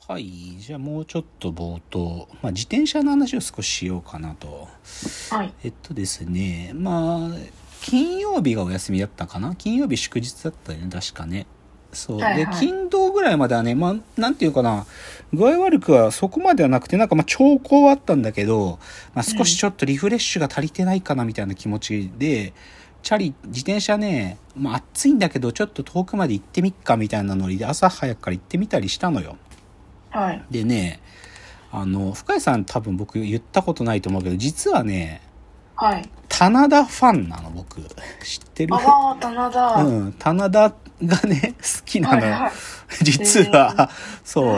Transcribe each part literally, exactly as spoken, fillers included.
はい、じゃあもうちょっと冒頭、まあ、自転車の話を少ししようかなと。 はい。 えっとですね、まあ、金曜日がお休みだったかな。金曜日祝日だったよね、確かね。そう。で、 はいはい。 金土ぐらいまではね、まあ、なんていうかな、具合悪くはそこまではなくて、なんかまあ、兆候はあったんだけど、まあ、少しちょっとリフレッシュが足りてないかな、みたいな気持ちで、チャリ、自転車ね、まあ、暑いんだけど、ちょっと遠くまで行ってみっか、みたいなノリで、朝早くから行ってみたりしたのよ。 はい。 でね、あの、深井さん多分僕言ったことないと思うけど、実はね、 はい。 棚田ファンなの、僕。知ってる？ ああ、棚田。 うん、棚田がね、好きなのよ。 はいはい。 実は、そう。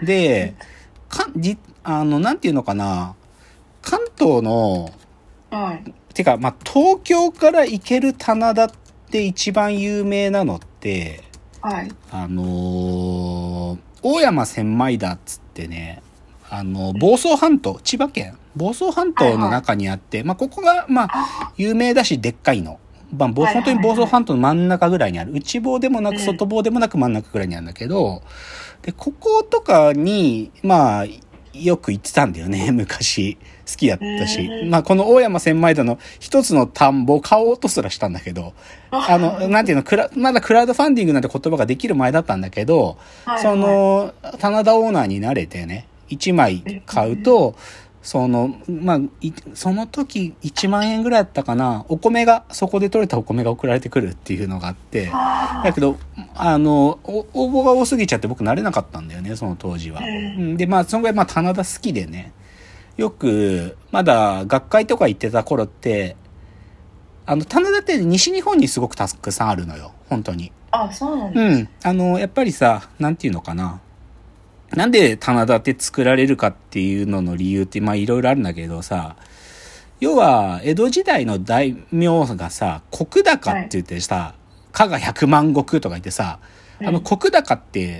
で、か、じ、あの、なんていうのかな、関東の、 はい。 てか、まあ、東京から行ける棚田って一番有名なのって、 はい。 あのー、大山千枚田っつってね、あの、房総半島、千葉県、房総半島の中にあって、はいはい、まあ、ここが、まあ、有名だし、でっかいの。まあ、本当に房総半島の真ん中ぐらいにある。内房でもなく、外房でもなく真ん中ぐらいにあるんだけど、で、こことかに、まあ、よく行ってたんだよね、昔。好きだったし。まあ、この大山千枚田の一つの田んぼを買おうとすらしたんだけど、あの、なんていうの、クラ、まだクラウドファンディングなんて言葉ができる前だったんだけど、はいはい、その、棚田オーナーになれてね、いちまい買うと、その、まあ、その時いちまんえんぐらいだったかな、お米が、そこで採れたお米が送られてくるっていうのがあって、だけど、あの、応募が多すぎちゃって僕慣れなかったんだよね、その当時は。で、まあ、そのぐらい、まあ、棚田好きでね、よく、まだ学会とか行ってた頃って、あの、棚田って西日本にすごくたくさんあるのよ、本当に。 あ、そうなんです。 うん。あの、やっぱりさ、なんていうのかな。なんで棚田って作られるかっていうのの理由って、まあいろいろあるんだけどさ、要は、江戸時代の大名がさ、石高って言ってさ、はい、加賀百万石とか言ってさ、あの、石高って、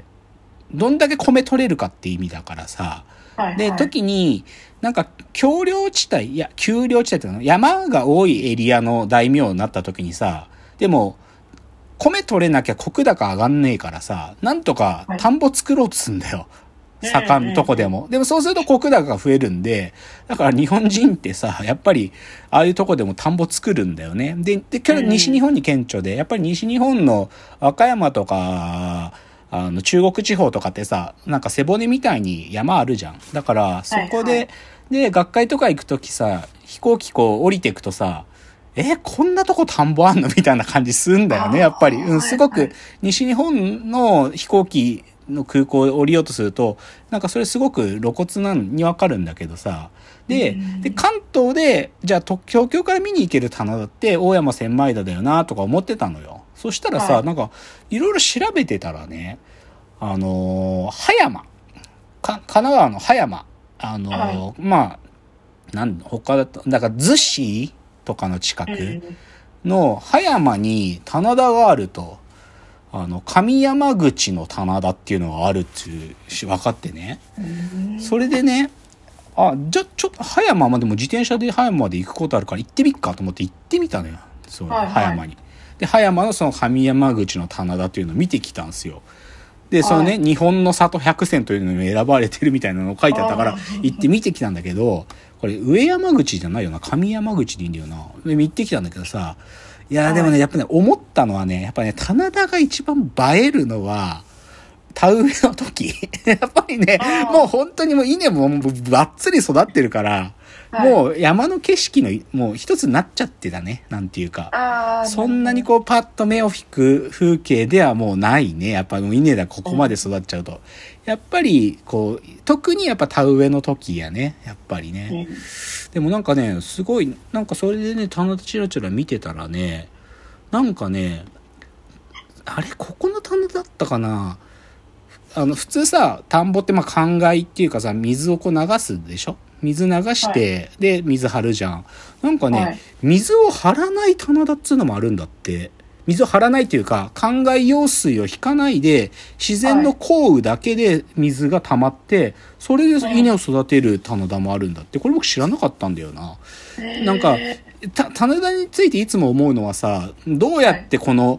どんだけ米取れるかって意味だからさ、はいはい、で、時に、なんか、丘陵地帯、いや、丘陵地帯っていうの山が多いエリアの大名になった時にさ、でも、米取れなきゃ石高上がんねえからさ、なんとか田んぼ作ろうとすんだよ。はい、盛んとこでも。でもそうすると石高が増えるんで、だから日本人ってさ、やっぱり、ああいうとこでも田んぼ作るんだよね。で、で、今日西日本に顕著で、やっぱり西日本の和歌山とか、あの、中国地方とかってさ、なんか背骨みたいに山あるじゃん。だから、そこで、はいはい、で、学会とか行くときさ、飛行機こう降りていくとさ、え、こんなとこ田んぼあんのみたいな感じすんだよね、やっぱり。うん、すごく、西日本の飛行機の空港を降りようとすると、なんかそれすごく露骨なのにわかるんだけどさ。で、で、関東で、じゃあ東京から見に行ける棚田って大山千枚田だよなとか思ってたのよ。そしたらさ、はい、なんか、いろいろ調べてたらね、あのー、葉山。か、神奈川の葉山。あのー、はい、まあ、なん、他だと、だから、逗子とかの近くの葉山に棚田があると、あの、上山口の棚田っていうのがあるっていう、分かってね。それでね、あ、じゃ、ちょっと葉山までも自転車で葉山まで行くことあるから行ってみっかと思って行ってみたのよ。そう、はいはい、葉山に。で、葉山のその上山口の棚田っていうのを見てきたんですよ。で、そのね、はい、日本の里百選というのに選ばれてるみたいなのを書いてあったから、行って見てきたんだけど、これ上山口じゃないよな、上山口でいいんだよな。で、行ってきたんだけどさ、いや、でもね、やっぱね、思ったのはね、やっぱね、棚田が一番映えるのは、田植えの時。やっぱりね、もう本当にもう稲もばっつり育ってるから、はい、もう山の景色のもう一つになっちゃってたね。なんていうか。そんなにこうパッと目を引く風景ではもうないね。やっぱもう稲だここまで育っちゃうと。うん、やっぱりこう、特にやっぱ田植えの時やね。やっぱりね。うん、でもなんかね、すごい、なんかそれでね、棚田チラチラ見てたらね、なんかね、あれ、ここの棚だったかな。あの、普通さ、田んぼってまあ、灌漑っていうかさ、水をこう流すでしょ？水流して、はい、で、水張るじゃん。なんかね、はい、水を張らない棚田っつうのもあるんだって。水を張らないっていうか、灌漑用水を引かないで、自然の降雨だけで水が溜まって、それで稲を育てる棚田もあるんだって。これ僕知らなかったんだよな。なんか、た、棚田についていつも思うのはさ、どうやってこの、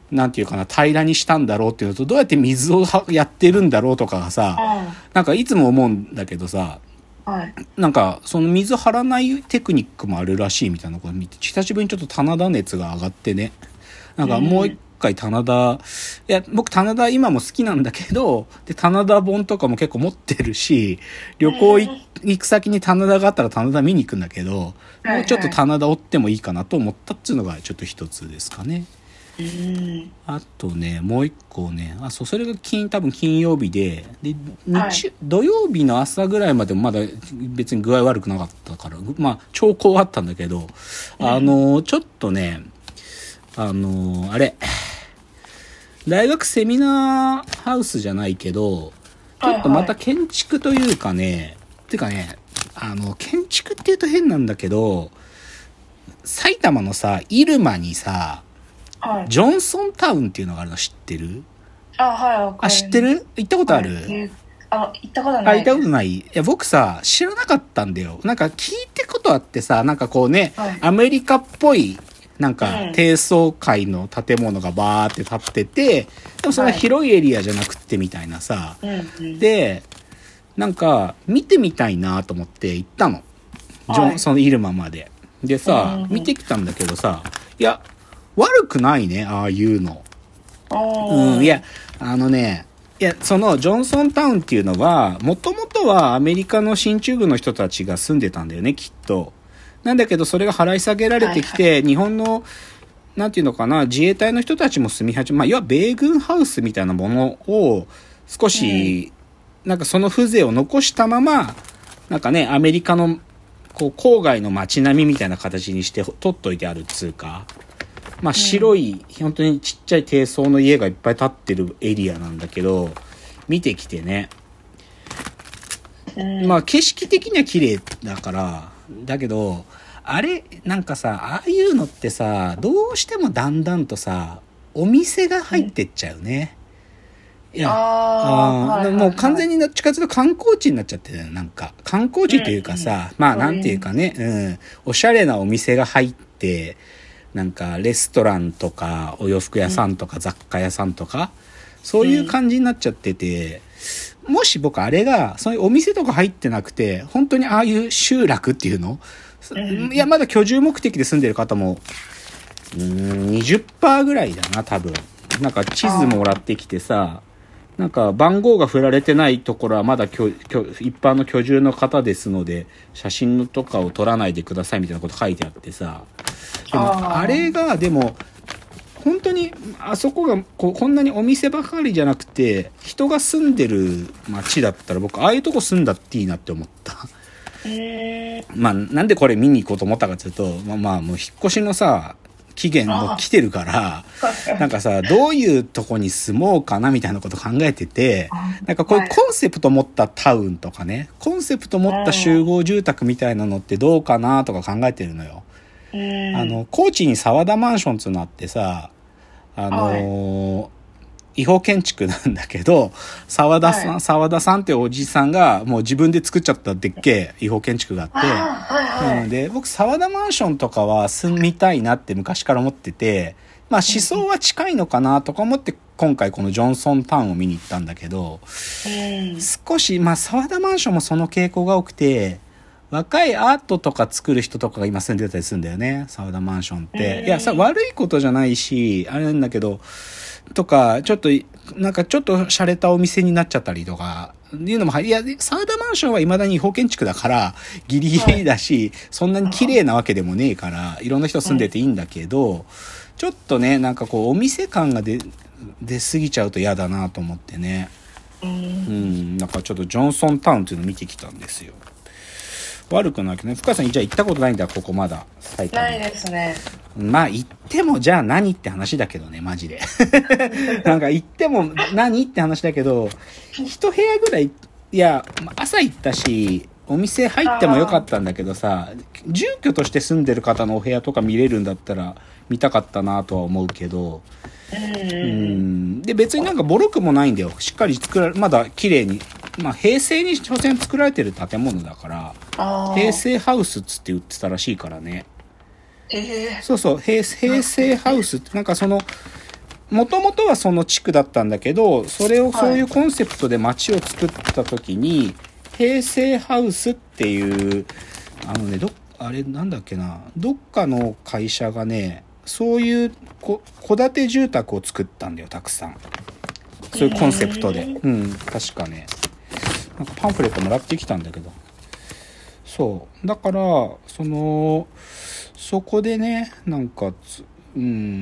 なんていうかな、平らにしたんだろうっていうのと、どうやって水をやってるんだろうとかがさ、なんかいつも思うんだけどさ、 はい。 なんかその水張らないテクニックもあるらしいみたいなことを見て、久しぶりにちょっと棚田熱が上がってね、なんかもう一回棚田、いや僕棚田今も好きなんだけど、で棚田本とかも結構持ってるし、旅行行く先に棚田があったら棚田見に行くんだけど、もうちょっと棚田追ってもいいかなと思ったっていうのがちょっと一つですかね。 うん。 あとね、もう一個ね、あ、そう、それが金、多分金曜日で、で、日、はい、土曜日の朝ぐらいまでもまだ別に具合悪くなかったから、まあ、兆候あったんだけど、うん、あの、ちょっとね、あの、あれ、大学セミナーハウスじゃないけど、ちょっとまた建築というかね、はいはい、っていうかね、あの、建築って言うと変なんだけど、埼玉のさ、入間にさ、はい、ジョンソンタウンっていうのがあるの知ってる？ あ、はい。 あ、知ってる？行ったことある？はい、 あ、行ったことない。 あ、行ったことない？いや、僕さ、知らなかったんだよ。なんか聞いてことあってさ、なんかこうね、はい、アメリカっぽい、なんか、低層階の建物がバーって建ってて、でもそんな広いエリアじゃなくってみたいなさ、はい、で、なんか、見てみたいなと思って行ったの。ジョン、はい、その入間まで。でさ、見てきたんだけどさ、いや、悪くないね、ああいうの。うん、いや、あのね、いや、そのジョンソンタウンっていうのは、もともとはアメリカの進駐軍の人たちが住んでたんだよね、きっと。なんだけど、それが払い下げられてきて、はいはい、日本の、なんていうのかな、自衛隊の人たちも住み始め、まあ、いわば米軍ハウスみたいなものを、少し、うん、なんかその風情を残したまま、なんかね、アメリカの、こう、郊外の街並みみたいな形にして、取っといてあるっつうか、まあ白い、うん、本当にちっちゃい低層の家がいっぱい建ってるエリアなんだけど、見てきてね。うん、まあ景色的には綺麗だから、だけど、あれ、なんかさ、ああいうのってさ、どうしてもだんだんとさ、お店が入ってっちゃうね。うん、いや、ああ、もう完全にどっちかというと観光地になっちゃってるよ、なんか。観光地というかさ、うん、まあなんていうかね、うん、おしゃれなお店が入って、なんかレストランとかお洋服屋さんとか雑貨屋さんとかそういう感じになっちゃってて、もし僕あれがそういうお店とか入ってなくて本当にああいう集落っていうの、いやまだ居住目的で住んでる方もうーん にじゅっパーセント ぐらいだな多分。なんか地図もらってきてさ、なんか番号が振られてないところはまだ一般の居住の方ですので写真とかを撮らないでくださいみたいなこと書いてあってさ、でもあれがでも本当にあそこがこ, こんなにお店ばかりじゃなくて人が住んでる街だったら僕ああいうとこ住んだっていいなって思った。えー、まあなんでこれ見に行こうと思ったかというと、まあまあもう引っ越しのさ期限も来てるからなんかさどういうとこに住もうかなみたいなこと考えてて、なんかこういうコンセプト持ったタウンとかね、コンセプト持った集合住宅みたいなのってどうかなとか考えてるのよ。あの高知に沢田マンションっていうのあってさ、あのーはい、違法建築なんだけど沢田さん、はい、沢田さんっておじさんがもう自分で作っちゃったでっけえ違法建築があって、はいはい、なので僕沢田マンションとかは住みたいなって昔から思ってて、まあ思想は近いのかなとか思って今回このジョンソンタウンを見に行ったんだけど、少しまあ沢田マンションもその傾向が多くて、若いアートとか作る人とかが今住んでたりするんだよね、沢田マンションって。いやさ、悪いことじゃないしあれなんだけど、とかちょっとなんかちょっと洒落たお店になっちゃったりとかいうのも、いや沢田マンションは未だに違法建築だからギリギリだし、はい、そんなに綺麗なわけでもねえからいろんな人住んでていいんだけど、はい、ちょっとねなんかこうお店感が出出過ぎちゃうと嫌だなと思ってね、うん、なんかちょっとジョンソンタウンっていうのを見てきたんですよ。悪くないけどね。深谷さんじゃあ行ったことないんだ、ここまだ。埼玉。 ないですね。 まあ行ってもじゃあ何って話だけどね、マジで。なんか行っても何って話だけど、一部屋ぐらい、いや、朝行ったし、お店入ってもよかったんだけどさ、住居として住んでる方のお部屋とか見れるんだったら見たかったなとは思うけど、うん、で別になんかボロくもないんだよ。しっかり作られ、まだ綺麗に、まあ平成に所詮作られてる建物だから、平成ハウスっつって売ってたらしいからね。 えー、 そうそう、平、平成ハウスってなんかそのもともとはその地区だったんだけど、それを、 はいそういうコンセプトで街を作った時に、平成ハウスっていう、あのね、ど、あれなんだっけな、どっかの会社がね、そういうこ戸建て住宅を作ったんだよ、たくさん。そういうコンセプトで。うん、確かね。なんかパンフレットもらってきたんだけど。そう。だから、その、そこでね、なんかつ、うん、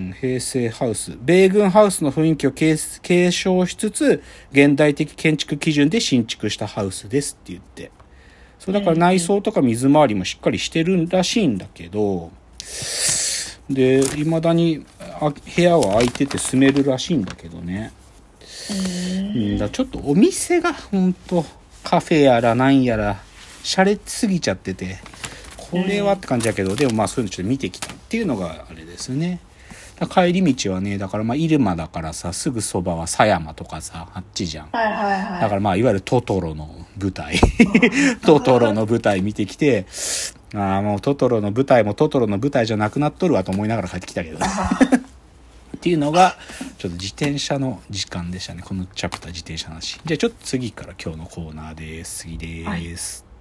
平成ハウス。米軍ハウスの雰囲気を継継承しつつ、現代的建築基準で新築したハウスですって言って。そう、だから内装とか水回りもしっかりしてるらしいんだけど、で、未だにあ部屋は空いてて住めるらしいんだけどね。うん、だちょっとお店がほんとカフェやらなんやら洒落すぎちゃってて、これはって感じだけど、でもまあそういうのちょっと見てきたっていうのがあれですね。だ帰り道はね、だからまあ入間だからさ、すぐそばは狭山とかさ、あっちじゃん。 はいはいはい。 だからまあいわゆるトトロの舞台トトロの舞台見てきて、ああもうトトロの舞台もトトロの舞台じゃなくなっとるわと思いながら帰ってきたけどっていうのがちょっと自転車の時間でしたね、このチャプター自転車の話。じゃあちょっと次から今日のコーナーです。次です、はい。